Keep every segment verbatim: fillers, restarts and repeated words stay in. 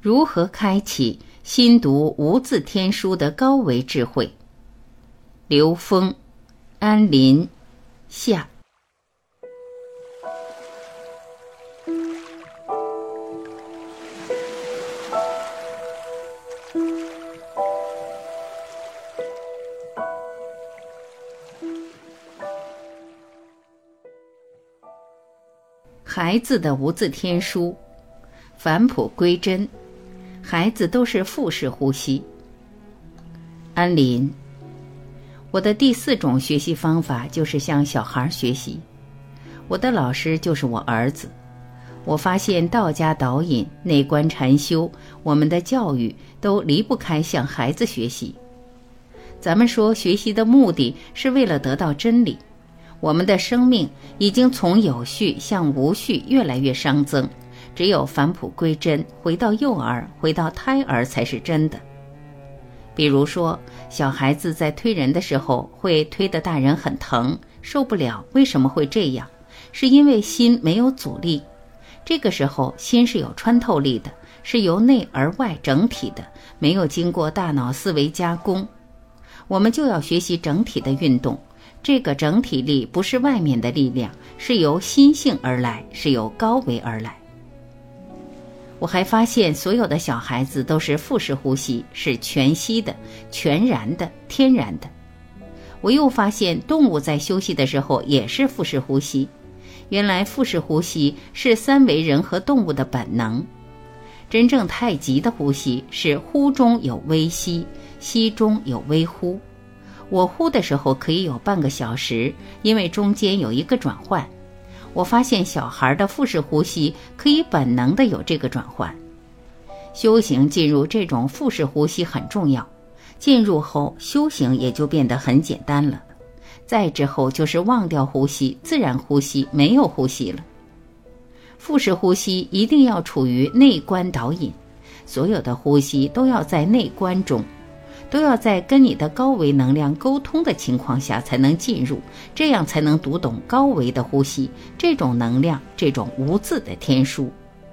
如何开启新读无字天书的高维智慧？刘峰、安林下。孩子的无字天书，返璞归真，孩子都是腹式呼吸。安林，我的第四种学习方法就是向小孩学习。我的老师就是我儿子。我发现道家导引、内观禅修，我们的教育都离不开向孩子学习。咱们说学习的目的是为了得到真理。我们的生命已经从有序向无序越来越熵增，只有返璞归真，回到幼儿，回到胎儿才是真的。比如说，小孩子在推人的时候会推得大人很疼，受不了。为什么会这样？是因为心没有阻力。这个时候心是有穿透力的，是由内而外整体的，没有经过大脑思维加工。我们就要学习整体的运动。这个整体力不是外面的力量，是由心性而来，是由高维而来。我还发现所有的小孩子都是腹式呼吸，是全息的、全然的、天然的。我又发现动物在休息的时候也是腹式呼吸。原来腹式呼吸是三维人和动物的本能。真正太极的呼吸是呼中有微吸，吸中有微呼。我呼的时候可以有半个小时，因为中间有一个转换。我发现小孩的腹式呼吸可以本能的有这个转换。修行进入这种腹式呼吸很重要，进入后修行也就变得很简单了。再之后就是忘掉呼吸，自然呼吸，没有呼吸了。腹式呼吸一定要处于内观导引，所有的呼吸都要在内观中，都要在跟你的高维能量沟通的情况下才能进入，这样才能读懂高维的呼吸，这种能量，这种无字的天书。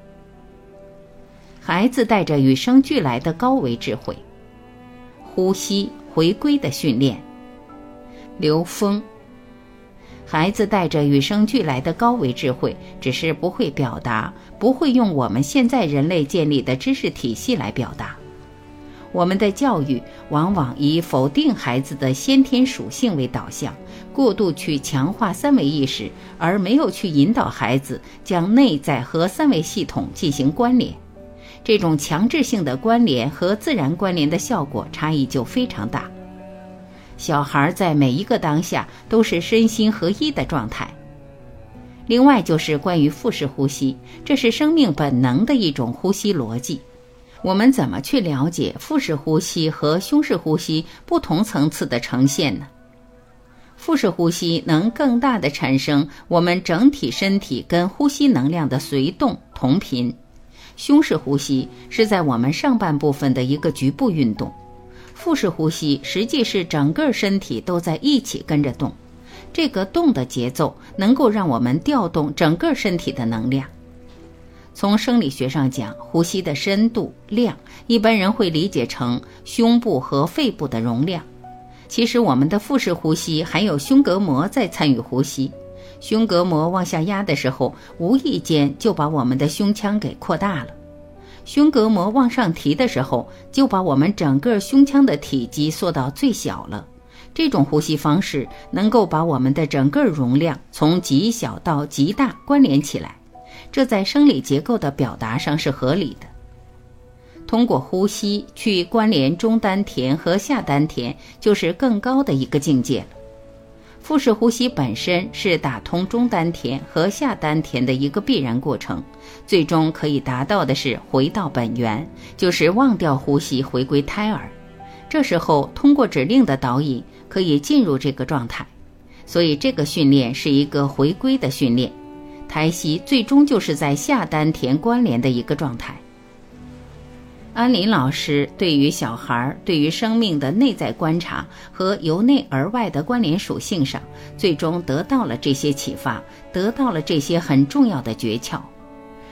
孩子带着与生俱来的高维智慧，呼吸回归的训练。刘峰，孩子带着与生俱来的高维智慧，只是不会表达，不会用我们现在人类建立的知识体系来表达。我们的教育往往以否定孩子的先天属性为导向，过度去强化三维意识，而没有去引导孩子将内在和三维系统进行关联。这种强制性的关联和自然关联的效果差异就非常大。小孩在每一个当下都是身心合一的状态。另外就是关于腹式呼吸，这是生命本能的一种呼吸逻辑。我们怎么去了解腹式呼吸和胸式呼吸不同层次的呈现呢？腹式呼吸能更大的产生我们整体身体跟呼吸能量的随动同频，胸式呼吸是在我们上半部分的一个局部运动，腹式呼吸实际是整个身体都在一起跟着动，这个动的节奏能够让我们调动整个身体的能量。从生理学上讲，呼吸的深度量一般人会理解成胸部和肺部的容量，其实我们的腹式呼吸还有胸膈膜在参与呼吸。胸膈膜往下压的时候，无意间就把我们的胸腔给扩大了，胸膈膜往上提的时候，就把我们整个胸腔的体积缩到最小了。这种呼吸方式能够把我们的整个容量从极小到极大关联起来，这在生理结构的表达上是合理的。通过呼吸去关联中丹田和下丹田，就是更高的一个境界了。腹式呼吸本身是打通中丹田和下丹田的一个必然过程，最终可以达到的是回到本源，就是忘掉呼吸，回归胎儿。这时候通过指令的导引可以进入这个状态，所以这个训练是一个回归的训练。胎息最终就是在下丹田关联的一个状态。安林老师对于小孩对于生命的内在观察和由内而外的关联属性上，最终得到了这些启发，得到了这些很重要的诀窍。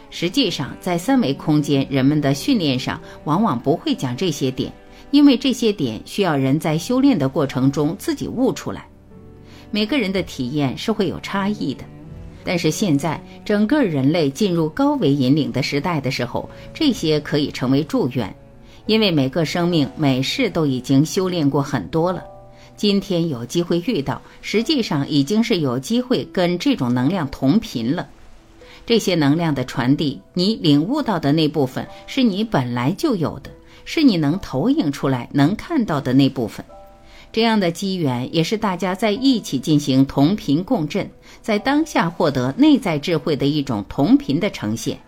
实际上，在三维空间，人们的训练上往往不会讲这些点，因为这些点需要人在修炼的过程中自己悟出来。每个人的体验是会有差异的，但是现在整个人类进入高维引领的时代的时候，这些可以成为助缘，因为每个生命每世都已经修炼过很多了。今天有机会遇到，实际上已经是有机会跟这种能量同频了。这些能量的传递，你领悟到的那部分是你本来就有的，是你能投影出来能看到的那部分。这样的机缘也是大家在一起进行同频共振，在当下获得内在智慧的一种同频的呈现。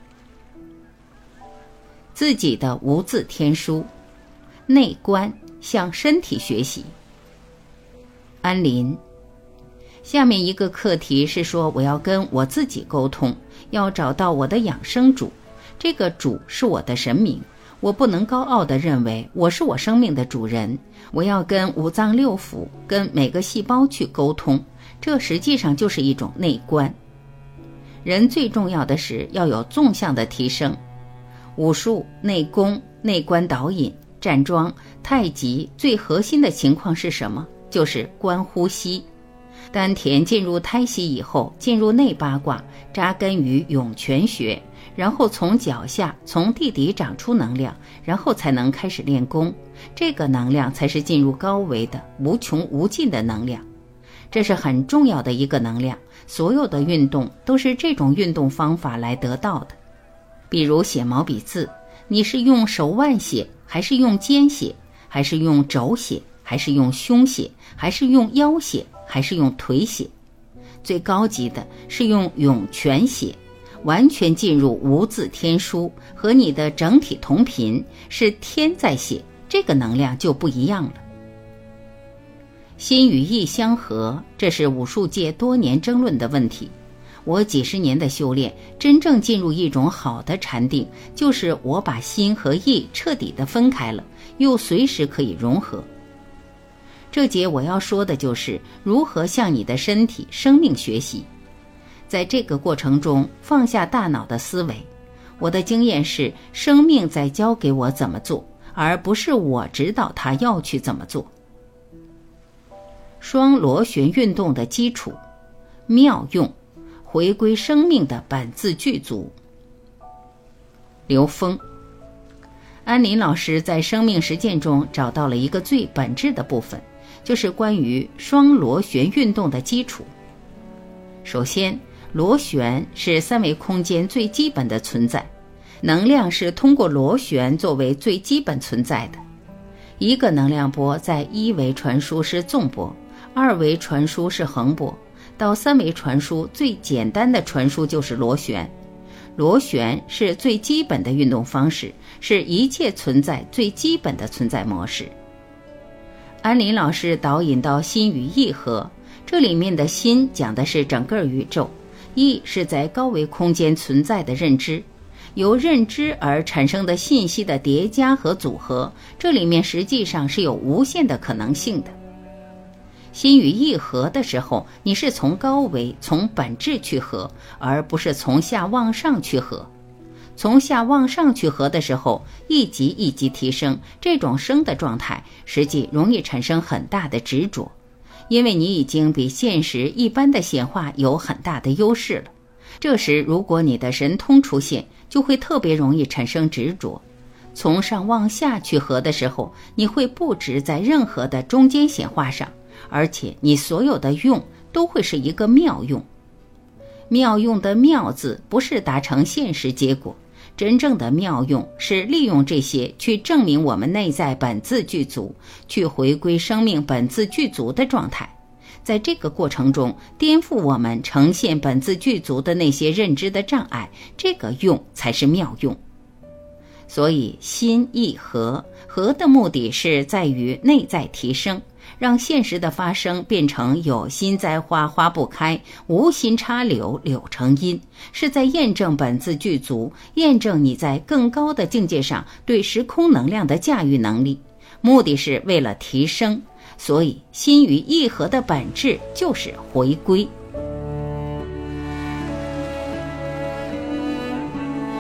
自己的无字天书，内观，向身体学习。安林，下面一个课题是说，我要跟我自己沟通，要找到我的养生主，这个主是我的神明，我不能高傲地认为我是我生命的主人，我要跟五脏六腑，跟每个细胞去沟通，这实际上就是一种内观。人最重要的是要有纵向的提升，武术、内功、内观导引、站桩、太极，最核心的情况是什么？就是观呼吸。丹田进入胎息以后，进入内八卦，扎根于涌泉穴，然后从脚下从地底长出能量，然后才能开始练功。这个能量才是进入高维的无穷无尽的能量，这是很重要的一个能量。所有的运动都是这种运动方法来得到的。比如写毛笔字，你是用手腕写，还是用肩写，还是用肘写，还是用胸写，还是用腰写，还是用腿写？最高级的是用涌泉写，完全进入无字天书，和你的整体同频，是天在写，这个能量就不一样了。心与意相合，这是武术界多年争论的问题。我几十年的修炼，真正进入一种好的禅定，就是我把心和意彻底的分开了，又随时可以融合。这节我要说的就是如何向你的身体、生命学习。在这个过程中，放下大脑的思维。我的经验是，生命在教给我怎么做，而不是我指导他要去怎么做。双螺旋运动的基础，妙用，回归生命的本自具足。刘峰，安林老师在生命实践中找到了一个最本质的部分，就是关于双螺旋运动的基础。首先，螺旋是三维空间最基本的存在，能量是通过螺旋作为最基本存在的。一个能量波在一维传输是纵波，二维传输是横波，到三维传输最简单的传输就是螺旋。螺旋是最基本的运动方式，是一切存在最基本的存在模式。安林老师导引到心与意合，这里面的心讲的是整个宇宙，意是在高维空间存在的认知，由认知而产生的信息的叠加和组合，这里面实际上是有无限的可能性的。心与意合的时候，你是从高维从本质去合，而不是从下往上去合。从下往上去合的时候，一级一级提升，这种升的状态实际容易产生很大的执着，因为你已经比现实一般的显化有很大的优势了。这时如果你的神通出现，就会特别容易产生执着。从上往下去合的时候，你会不止在任何的中间显化上，而且你所有的用都会是一个妙用。妙用的妙字不是达成现实结果，真正的妙用是利用这些去证明我们内在本自具足，去回归生命本自具足的状态。在这个过程中，颠覆我们呈现本自具足的那些认知的障碍，这个用才是妙用。所以心意合，合的目的是在于内在提升，让现实的发生变成有心栽花花不开，无心插柳柳成荫，是在验证本自具足，验证你在更高的境界上对时空能量的驾驭能力，目的是为了提升。所以心与意合的本质就是回归。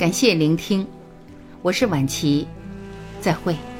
感谢聆听，我是婉琪，再会。